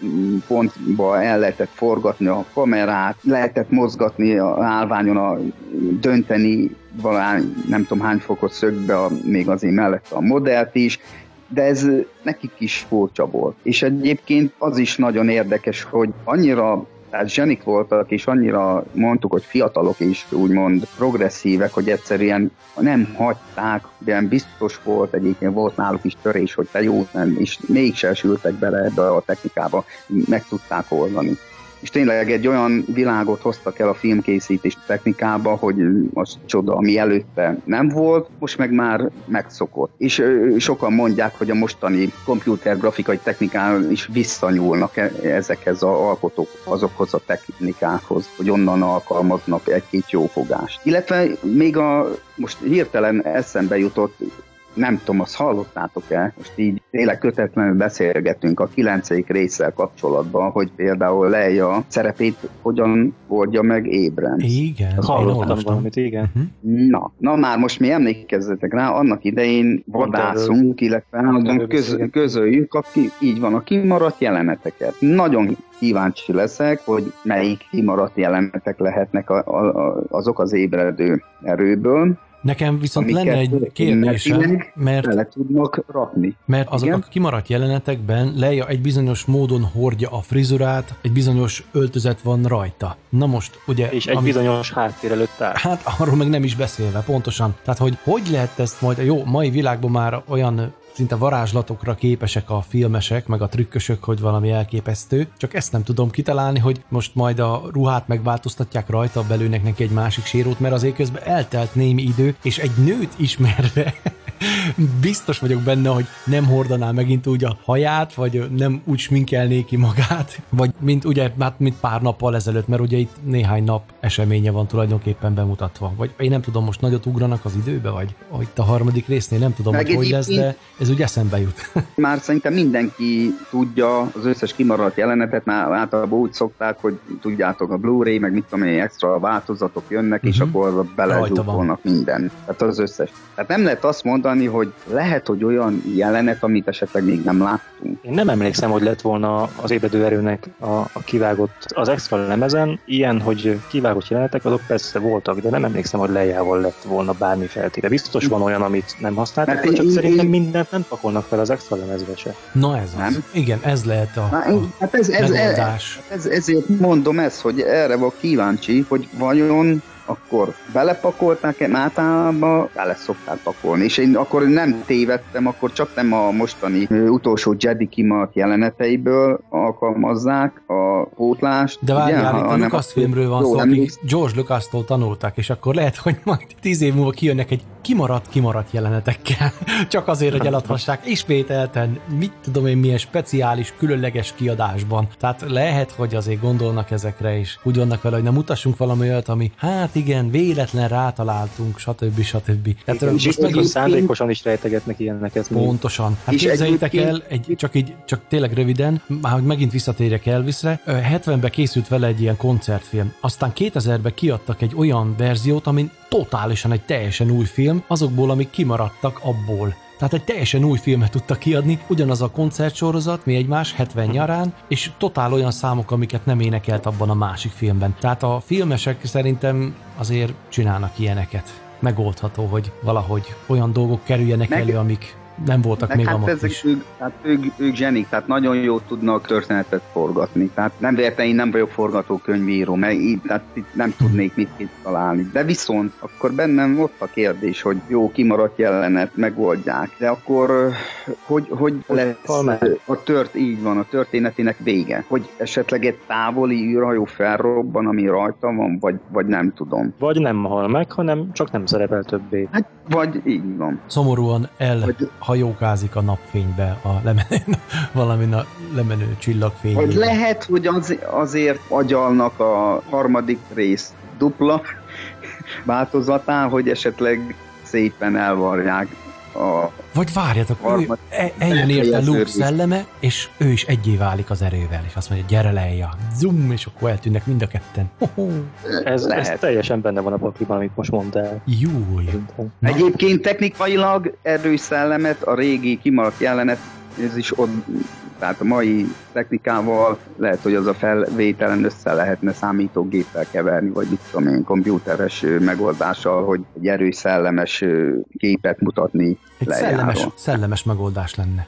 pontba el lehetett forgatni a kamerát, lehetett mozgatni a állványon, a, dönteni valány, nem tudom hány fokot szögbe, a, még azért mellett a modellt is, de ez nekik is furcsa volt. És egyébként az is nagyon érdekes, hogy annyira tehát zsenik voltak, és annyira mondtuk, hogy fiatalok is úgymond progresszívek, hogy egyszerűen nem hagyták, de biztos volt, egyébként volt náluk is törés, hogy te jó, nem, és mégsem sültek bele ebbe a technikába, meg tudták oldani. És tényleg egy olyan világot hoztak el a filmkészítés technikába, hogy az csoda, ami előtte nem volt, most meg már megszokott. És sokan mondják, hogy a mostani komputergrafikai technikán is visszanyúlnak ezekhez az alkotók, azokhoz a technikákhoz, hogy onnan alkalmaznak egy-két jó fogást. Illetve még a, most hirtelen eszembe jutott, nem tudom, azt hallottátok-e? Most így tényleg kötetlenül beszélgetünk a kilencedik résszel kapcsolatban, hogy például Leia szerepét hogyan oldja meg ébren. Igen. Hallottam valamit, igen. Uh-huh. Na, na már most mi emlékezzetek rá, annak idején vadászunk, illetve köz, közöljük, a, így van, a kimaradt jeleneteket. Nagyon kíváncsi leszek, hogy melyik kimaradt jelenetek lehetnek a, a, azok az ébredő erőből. Nekem viszont lenne egy kérdésem, mert, le tudnak rakni. mert azok igen? a kimaradt jelenetekben Leia egy bizonyos módon hordja a frizurát, egy bizonyos öltözet van rajta. Na most, ugye... És egy ami, bizonyos háttér előtt áll. Hát arról meg nem is beszélve, pontosan. Tehát, hogy hogy lehet ezt majd, jó, mai világban már olyan szinte varázslatokra képesek a filmesek, meg a trükkösök, hogy valami elképesztő. Csak ezt nem tudom kitalálni, hogy most majd a ruhát megváltoztatják rajta, belőnek neki egy másik sérót, mert azért közben eltelt némi idő, és egy nőt ismerve biztos vagyok benne, hogy nem hordaná megint úgy a haját, vagy nem úgy sminkelné ki magát, vagy mint ugye, hát mint pár nappal ezelőtt, mert ugye itt néhány nap eseménye van tulajdonképpen bemutatva. Vagy én nem tudom, most nagyot ugranak az időbe, vagy itt a harmadik résznél nem tudom, meg hogy hogy lesz, de ez úgy eszembe jut. Már szerintem mindenki tudja az összes kimaradt jelenetet, már általában úgy szokták, hogy tudjátok, a Blu-ray, meg mit tudom én, extra változatok jönnek, uh-huh. és akkor belezsúfolnak minden. Tehát az összes. Tehát nem lehet azt mondani, hogy hogy lehet, hogy olyan jelenet, amit esetleg még nem láttunk. Én nem emlékszem, hogy lett volna az ébredő erőnek a, a kivágott az extra lemezen. Ilyen, hogy kivágott jelenetek, azok persze voltak, de nem emlékszem, hogy lejával lett volna bármi feltéve. Biztos van olyan, amit nem használtak, Mert csak én, szerintem én... mindent nem pakolnak fel az extra lemezbe se. Na ez az. Nem? Igen, ez lehet a, Na, a hát ez, ez, megoldás. Ez, ez, ezért mondom ezt, hogy erre van kíváncsi, hogy vajon akkor belepakolták-e, általában bele szokták pakolni, és én akkor nem tévedtem, akkor csak nem a mostani ö, utolsó Jedi kimaradt jeleneteiből alkalmazzák a pótlást. De várjál, itt a hanem Lucas filmről van jó, szó, nem akik néz- George Lucas-tól tanultak, és akkor lehet, hogy majd tíz év múlva kijönnek egy kimaradt-kimaradt jelenetekkel, csak azért, hogy eladhassák ismételten, mit tudom én, milyen speciális, különleges kiadásban. Tehát lehet, hogy azért gondolnak ezekre, és úgy vannak vele, hogy nem mutassunk valami olyat, ami hát igen, véletlen rátaláltunk, stb. stb. Tehát És most meg megint szándékosan is rejtegetnek ilyeneket. még. pontosan. Hát És képzeljétek egyébként- el, egy, csak így, csak tényleg röviden, már hogy megint visszatérjek Elvisre, hetvenben készült vele egy ilyen koncertfilm, aztán kétezerben kiadtak egy olyan verziót, amin totálisan egy teljesen új film, azokból, amik kimaradtak abból. Tehát egy teljesen új filmet tudtak kiadni, ugyanaz a koncertsorozat, mi egymás, hetven nyarán, és totál olyan számok, amiket nem énekelt abban a másik filmben. Tehát a filmesek szerintem azért csinálnak ilyeneket. Megoldható, hogy valahogy olyan dolgok kerüljenek Meg- elő, amik nem voltak Meg még hát amott ezek, is. ők, hát ők, ők zsenik, tehát nagyon jól tudnak történetet forgatni. Tehát nem véletlenül én nem vagyok forgatókönyvíró, mert így, tehát itt nem tudnék mit itt találni. De viszont akkor bennem ott a kérdés, hogy jó, kimaradt jelenet, megoldják. De akkor hogy, hogy lesz a tört, így van, a történetének vége? Hogy esetleg egy távoli űrhajó felrobban, ami rajta van, vagy, vagy nem tudom. Vagy nem hal meg, hanem csak nem szerepel többé. Hát, vagy így van. Szomorúan Vagy- elhajókázik a napfénybe, a lemenő, valamin a lemenő csillagfénybe. Vagy lehet, hogy az, azért agyalnak a harmadik rész dupla változatán, hogy esetleg szépen elvarják a... Vagy várjatok, ő, Harmad- e- eljön érte Befejező Luke rész. szelleme, és ő is egyé válik az erővel, és azt mondja, gyere Leia, zoom, és akkor eltűnnek mind a ketten. Ho-ho. Ez, ez Lehet. teljesen benne van a pakliban, amit most mondtál. Júj. Szerintem. Na. Egyébként technikailag erős szellemet, a régi kimaradt jelenet, ez is ott, tehát a mai technikával lehet, hogy az a felvételen össze lehetne számítógéppel keverni, vagy mit tudom én, komputeres ö, megoldással, hogy egy erős szellemes ö, képet mutatni Egy Leiáról. szellemes, szellemes megoldás lenne.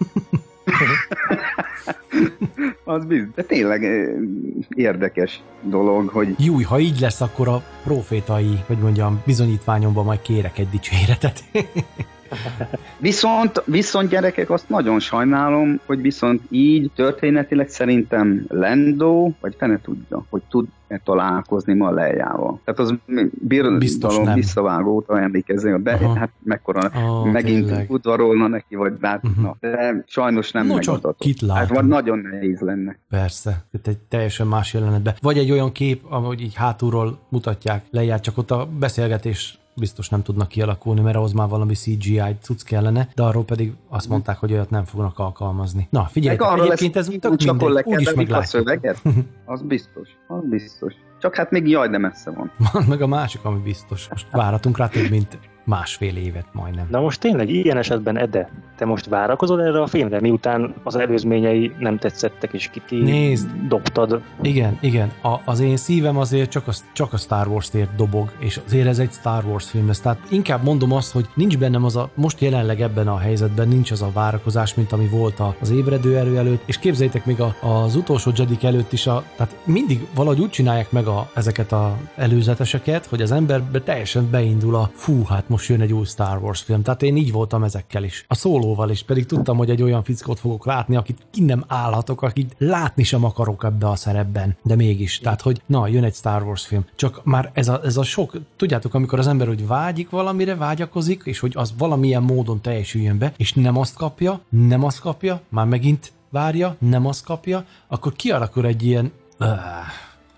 Az bizony, de tényleg ö, érdekes dolog, hogy Júj, ha így lesz, akkor a profétai, hogy mondjam, bizonyítványomban majd kérek egy dicséretet. Viszont, viszont gyerekek, azt nagyon sajnálom, hogy viszont így történetileg szerintem Lando, vagy fene tudja, hogy tud-e találkozni ma Leiával. Tehát az Biztos birodalom nem. visszavágó óta emlékező, de Aha. hát mekkora Ó, megint tényleg. udvarolna neki, vagy bár, Uh-huh. na, de sajnos nem No, csak megadatott. kit Hát látunk. vagy nagyon nehéz lenne. Persze, itt egy teljesen más jelenetben. Vagy egy olyan kép, ahogy így hátulról mutatják Leiát, csak ott a beszélgetés biztos nem tudnak kialakulni, mert ahhoz már valami cé gé í cucc kellene, de arról pedig azt mondták, hogy olyat nem fognak alkalmazni. Na, figyelj, Meg arra egyébként lesz, ez tök csak mindegy, úgyis lekeverik a meglátjuk. szöveget. Az biztos, az biztos. Csak hát még jaj, de messze van. Van meg a másik, ami biztos. Most várhatunk rá több, mint másfél évet majdnem. Na most tényleg ilyen esetben, Ede, te most várakozol erre a filmre, miután az előzményei nem tetszettek, és ki, ki Nézd. dobtad? Igen, igen. A, az én szívem azért csak a, csak a Star Wars-ért dobog, és azért ez egy Star Wars film lesz. Tehát inkább mondom azt, hogy nincs bennem az a, most jelenleg ebben a helyzetben nincs az a várakozás, mint ami volt az ébredő erő előtt, és képzeljétek még a, az utolsó Jedik előtt is, a, tehát mindig valahogy úgy csinálják meg a, ezeket az előzeteseket, hogy az emberbe teljesen beindul a fú, hát most jön egy új Star Wars film. Tehát én így voltam ezekkel is. A Szólóval is, pedig tudtam, hogy egy olyan fickót fogok látni, akit ki nem állhatok, akit látni sem akarok ebbe a szerepben. De mégis, tehát hogy na, jön egy Star Wars film. Csak már ez a, ez a sok, tudjátok, amikor az ember úgy vágyik valamire, vágyakozik, és hogy az valamilyen módon teljesüljön be, és nem azt kapja, nem azt kapja, már megint várja, nem azt kapja, akkor kialakul egy ilyen öh,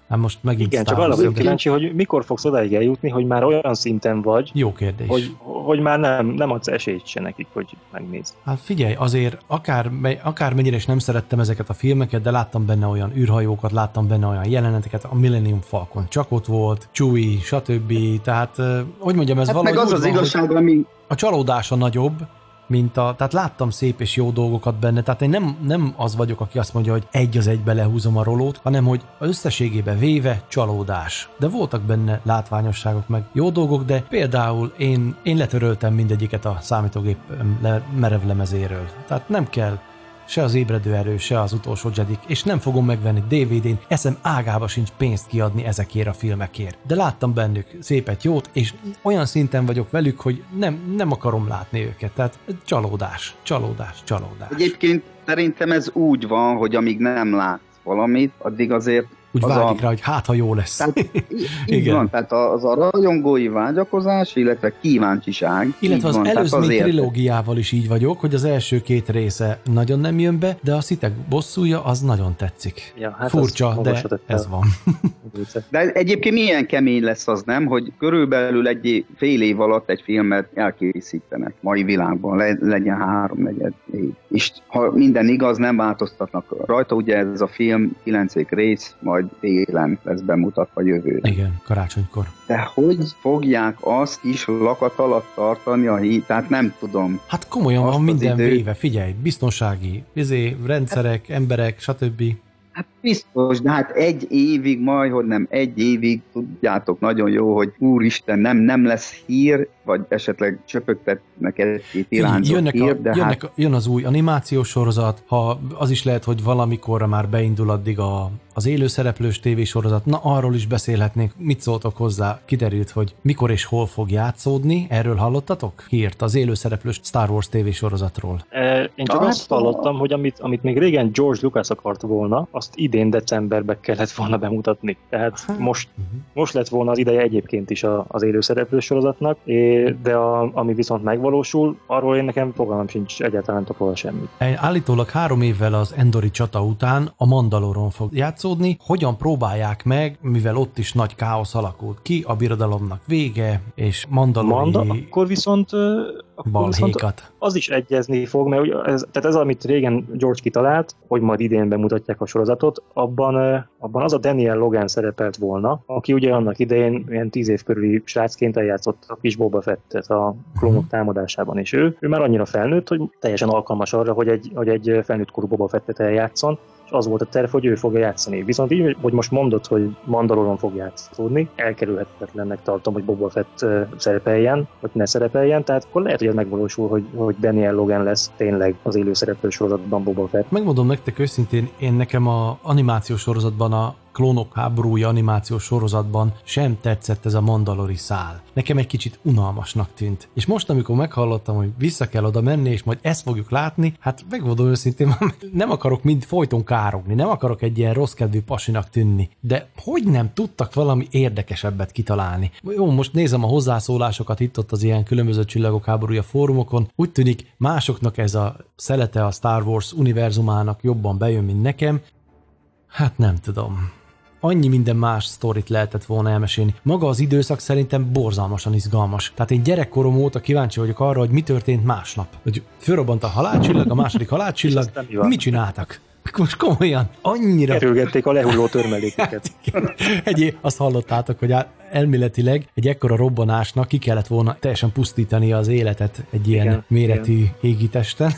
Hát most megint Igen, csak arra vagyok kíváncsi, hogy mikor fogsz odáig eljutni, hogy már olyan szinten vagy, jó kérdés. Hogy, hogy már nem, nem adsz esélyt se nekik, hogy megnézd. Hát figyelj, azért akár, akár mennyire is nem szerettem ezeket a filmeket, de láttam benne olyan űrhajókat, láttam benne olyan jeleneteket, a Millennium Falcon csak ott volt, Chewie, stb. Tehát, hogy mondjam, ez hát valahogy meg az az van, igazság, ami... a csalódása nagyobb, mint a, tehát láttam szép és jó dolgokat benne, tehát én nem, nem az vagyok, aki azt mondja, hogy egy az egybe lehúzom a rolót, hanem hogy összességébe véve csalódás. De voltak benne látványosságok, meg jó dolgok, de például én, én letöröltem mindegyiket a számítógép le, merevlemezéről. Tehát nem kell se az ébredő erő, se az utolsó Jedik, és nem fogom megvenni dé vé dén, eszem ágába sincs pénzt kiadni ezekért a filmekért. De láttam bennük szépet, jót, és olyan szinten vagyok velük, hogy nem, nem akarom látni őket. Tehát csalódás, csalódás, csalódás. Egyébként szerintem ez úgy van, hogy amíg nem látsz valamit, addig azért úgy az vágyik a... rá, hogy hát, ha jó lesz. Tehát, így Igen. van, tehát az a rajongói vágyakozás, illetve kíváncsiság. Illetve az van, előzmény azért... trilógiával is így vagyok, hogy az első két része nagyon nem jön be, de a Szitek bosszúja az nagyon tetszik. Ja, hát furcsa, de ez van. De egyébként milyen kemény lesz az, nem, hogy körülbelül egy év, fél év alatt egy filmet elkészítenek mai világban, le, legyen három-negyed év. És ha minden igaz, nem változtatnak rajta, ugye ez a film kilencedik rész, majd télen lesz bemutatva jövőre. Igen, karácsonykor. De hogy fogják azt is lakat alatt tartani a híd? Tehát nem tudom. Hát komolyan azt van minden idő... véve, figyelj, biztonsági izé, rendszerek, hát, emberek, stb. Hát biztos, de hát egy évig, majd, hogy nem egy évig tudjátok nagyon jó, hogy úristen, nem, nem lesz hír, vagy esetleg csöpögtetnek egy-két irányzott hír, de jönnek, hát... Jön az új animációs sorozat, ha az is lehet, hogy valamikorra már beindul addig a, az élőszereplős tévésorozat, na arról is beszélhetnénk, mit szóltok hozzá, kiderült, hogy mikor és hol fog játszódni, erről hallottatok? Hírt az élőszereplős Star Wars tévésorozatról. E, én csak ah, azt hallottam, hogy amit, amit még régen George Lucas akart volna, azt idén decemberben kellett volna bemutatni. Tehát hát. most, uh-huh. most lett volna az ideje egyébként is a, az élőszereplős sorozatnak, de a, ami viszont megvalósul, arról én nekem fogalmam sincs, egyáltalán nem tudok semmit. Állítólag három évvel az Endori csata után a Mandaloron fog játszódni. Hogyan próbálják meg, mivel ott is nagy káosz alakult ki, a birodalomnak vége, és mandalori... Manda, akkor viszont... Akkor viszont az is egyezni fog, mert ez, tehát ez, amit régen George kitalált, hogy majd idén bemutatják a sorozatot, abban, abban az a Daniel Logan szerepelt volna, aki ugye annak idején ilyen tíz év körüli srácként eljátszott a kis Boba Fettet a klónok támadásában, és ő, ő már annyira felnőtt, hogy teljesen alkalmas arra, hogy egy, hogy egy felnőtt korú Boba Fettet eljátszon, és az volt a terv, hogy ő fogja játszani. Viszont így, hogy most mondod, hogy Mandaloron fog játszódni, elkerülhetetlennek tartom, hogy Boba Fett szerepeljen, vagy ne szerepeljen, tehát akkor lehet, hogy ez megvalósul, hogy, hogy Daniel Logan lesz tényleg az élőszereplő sorozatban Boba Fett. Megmondom nektek őszintén, én nekem a animációs sorozatban a Klónok háborúja animációs sorozatban sem tetszett ez a mandalori szál. Nekem egy kicsit unalmasnak tűnt. És most, amikor meghallottam, hogy vissza kell oda menni, és majd ezt fogjuk látni, hát megmondom őszintén, nem akarok mind folyton károgni, nem akarok egy ilyen rosszkedvű pasinak tűnni, de hogy nem tudtak valami érdekesebbet kitalálni? Jó, most nézem a hozzászólásokat itt-ott az ilyen különböző csillagok háborúja fórumokon, úgy tűnik másoknak ez a szelete a Star Wars univerzumának jobban bejön, mint nekem. Hát nem tudom. Annyi minden más sztorit lehetett volna elmesélni. Maga az időszak szerintem borzalmasan izgalmas. Tehát én gyerekkorom óta kíváncsi vagyok arra, hogy mi történt másnap. Hogy fölrobbant a halálcsillag, a második halálcsillag, mit csináltak? Most komolyan, annyira... Kerülgették a lehulló törmelékeket. Egy, azt hallottátok, hogy elméletileg egy ekkora robbanásnak ki kellett volna teljesen pusztítani az életet egy ilyen igen, méretű igen. égitesten.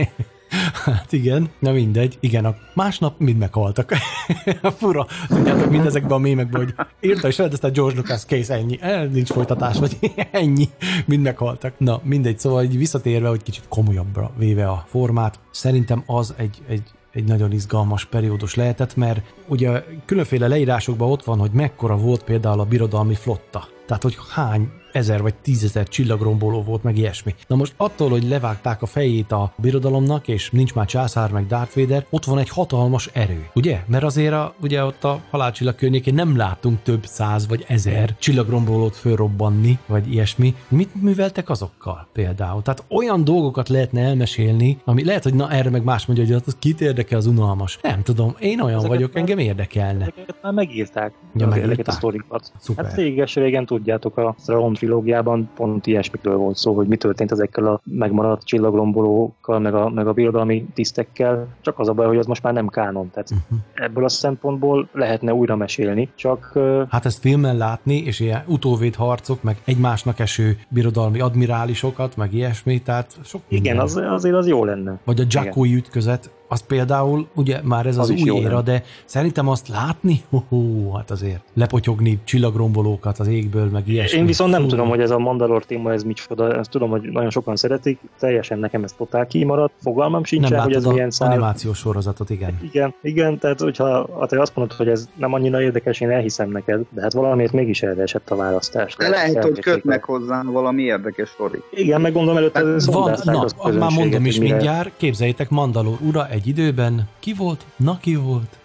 Hát igen, na mindegy. Igen, a másnap mind meghaltak. Fura, tudjátok, mint ezekben a mémekben, hogy írta és rendezte George Lucas, kész, ennyi. El, nincs folytatás, vagy ennyi. Mind meghaltak. Na, mindegy, szóval így visszatérve, hogy kicsit komolyabbra véve a formát, szerintem az egy, egy egy nagyon izgalmas periódus lehetett, mert ugye különféle leírásokban ott van, hogy mekkora volt például a birodalmi flotta. Tehát, hogy hány ezer vagy tízezer csillagromboló volt, meg ilyesmi. Na most attól, hogy levágták a fejét a birodalomnak, és nincs már császár, meg Darth Vader, ott van egy hatalmas erő, ugye? Mert azért a, ugye ott a halálcsillag környékén nem látunk több száz vagy ezer csillagrombolót fölrobbanni, vagy ilyesmi. Mit műveltek azokkal például? Tehát olyan dolgokat lehetne elmesélni, ami lehet, hogy na erre meg más mondja, hogy az kit érdekel, az unalmas. Nem tudom, én olyan ezeket vagyok, már, engem érdekelne. Ezeket már megírták. Ja, ezeket a sztorikat. Szuper. Hát réges-régen tudjátok, a Thrawn trilógiában pont ilyesmikről volt szó, hogy mi történt ezekkel a megmaradt csillagrombolókkal, meg a, meg a birodalmi tisztekkel. Csak az a baj, hogy az most már nem kánon. Tehát uh-huh. ebből a szempontból lehetne újra mesélni, csak... Hát ezt filmen látni, és ilyen utóvéd harcok, meg egymásnak eső birodalmi admirálisokat, meg ilyesmi, tehát sok igen, az, azért az jó lenne. Vagy a Jakói ütközet, az például, ugye már ez az, az új éra, de szerintem azt látni, hó, hát azért lepotyogni csillagrombolókat az égből, meg ilyesmi. Én viszont nem Hú. tudom, hogy ez a Mandalor téma, ez micsoda, ezt tudom, hogy nagyon sokan szeretik, teljesen nekem ez totál kimaradt, fogalmam sincsen, hogy ez milyen szál. Animációs sorozatot, igen. Igen, igen, tehát hogyha ha te azt mondod, hogy ez nem annyira érdekes, én elhiszem neked, de hát valamiért mégis erre esett a választás. De lehet, hogy kötnek hozzá valami érdekes sztori. Igen, meg gondolom előtt ez szondázták az közönséget. Már mondom is mindjárt, képzeljétek, Mandalor ura egy időben ki volt? Na ki volt?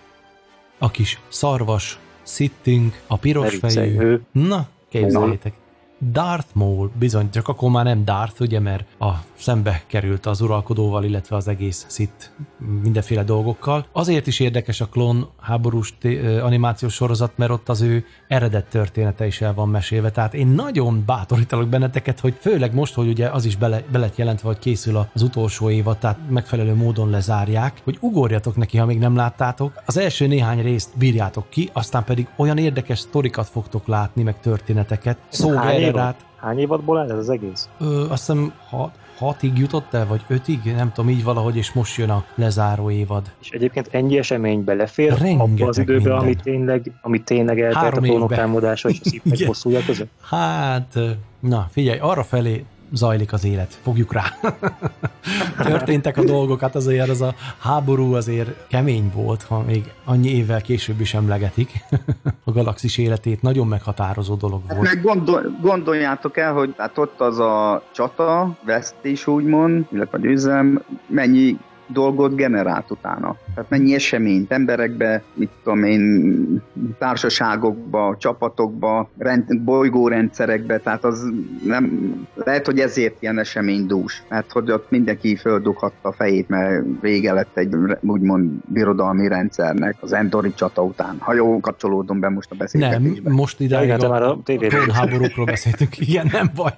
A kis szarvas, sitting, a piros fejű. Na, képzeljétek. Darth Maul, bizony, csak akkor már nem Darth, ugye, mert a szembe került az uralkodóval, illetve az egész Sith mindenféle dolgokkal. Azért is érdekes a klón háborús animációs sorozat, mert ott az ő eredet története is el van mesélve. Tehát én nagyon bátorítalak benneteket, hogy főleg most, hogy ugye az is bele, be lett jelentve, hogy készül az utolsó évad, tehát megfelelő módon lezárják, hogy ugorjatok neki, ha még nem láttátok. Az első néhány részt bírjátok ki, aztán pedig olyan érdekes sztorikat fogtok látni, meg történeteket. Szó Rát. Hány évadból áll ez az egész? Ö, azt hiszem hat, hatig jutott el, vagy ötig, nem tudom, így valahogy, és most jön a lezáró évad. És egyébként ennyi esemény belefér abban az időben, ami tényleg, ami tényleg eltelt a klónok támadása és a Sith bosszúja között? Hát, na figyelj, arra felé zajlik az élet. Fogjuk rá. Történtek a dolgok, hát azért az a háború azért kemény volt, ha még annyi évvel később is emlegetik. A galaxis életét nagyon meghatározó dolog volt. Hát meg gondol, gondoljátok el, hogy hát ott az a csata, vesztés úgymond, illetve a győzelem, mennyi dolgot generált utána. Tehát mennyi eseményt, emberekbe, mit tudom én, társaságokba, csapatokba, rend, bolygórendszerekbe, tehát az nem, lehet, hogy ezért ilyen eseménydús. Mert hogy ott mindenki földughatta a fejét, mert vége lett egy úgymond birodalmi rendszernek az Endori csata után. Ha jól kapcsolódom be most a beszélgetésbe. Nem, most idáig ja, a, a, a klónháborúkról beszéltünk. Igen, nem baj.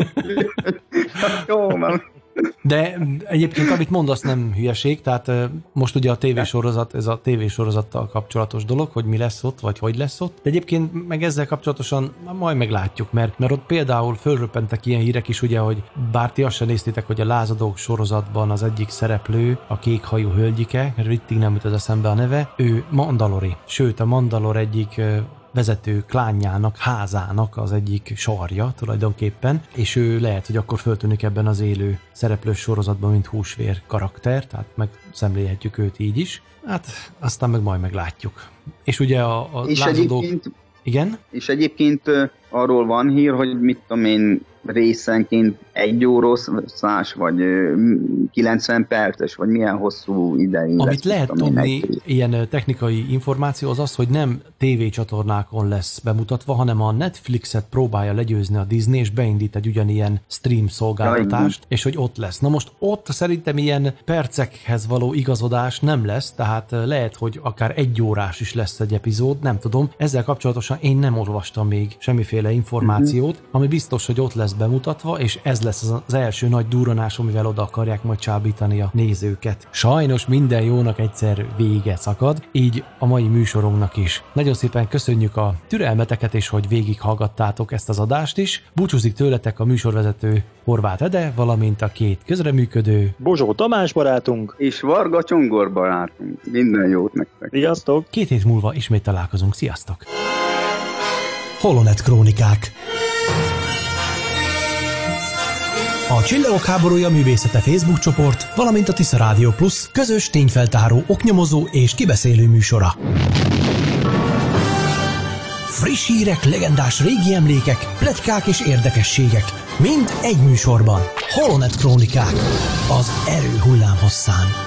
Jó, van. De egyébként, amit mondasz, nem hülyeség, tehát most ugye a tévésorozat, ez a tévésorozattal kapcsolatos dolog, hogy mi lesz ott, vagy hogy lesz ott. De egyébként meg ezzel kapcsolatosan majd meglátjuk, mert, mert ott például fölröppentek ilyen hírek is, ugye, hogy bár ti azt sem néztétek, hogy a Lázadók sorozatban az egyik szereplő, a kékhajú hölgyike, rittig nem jut az eszembe a neve, ő Mandalori, sőt a Mandalor egyik vezető klánjának, házának az egyik sarja tulajdonképpen, és ő lehet, hogy akkor föltűnik ebben az élő szereplős sorozatban, mint húsvér karakter, tehát meg szemlélhetjük őt így is. Hát aztán meg majd meglátjuk. És ugye a, a és lázadók... Egyébként, igen? És egyébként arról van hír, hogy mit tudom én, részenként egy órás, vagy kilencven perces, vagy milyen hosszú ideig. Amit lesz, lehet tudni, ilyen technikai információ az az, hogy nem tévécsatornákon lesz bemutatva, hanem a Netflixet próbálja legyőzni a Disney, és beindít egy ugyanilyen stream szolgáltatást, ja, és hogy ott lesz. Na most ott szerintem ilyen percekhez való igazodás nem lesz, tehát lehet, hogy akár egy órás is lesz egy epizód, nem tudom. Ezzel kapcsolatosan én nem olvastam még semmiféle információt, uh-huh. ami biztos, hogy ott lesz bemutatva, és ez lesz az, az első nagy durranás, amivel oda akarják majd csábítani a nézőket. Sajnos minden jónak egyszer vége szakad, így a mai műsorunknak is. Nagyon szépen köszönjük a türelmeteket, és hogy végighallgattátok ezt az adást is. Búcsúzik tőletek a műsorvezető Horváth Ede, valamint a két közreműködő Bozsó Tamás barátunk és Varga Csongor barátunk. Minden jót nektek. Sziasztok! Két hét múlva ismét találkozunk. Sziasztok! Holonet Krónikák. A Csillagok háborúja művészete Facebook csoport, valamint a Tisza Rádió Plus közös tényfeltáró, oknyomozó és kibeszélő műsora. Friss hírek, legendás régi emlékek, pletykák és érdekességek. Mind egy műsorban. Holonet Krónikák. Az erő hullámhosszán.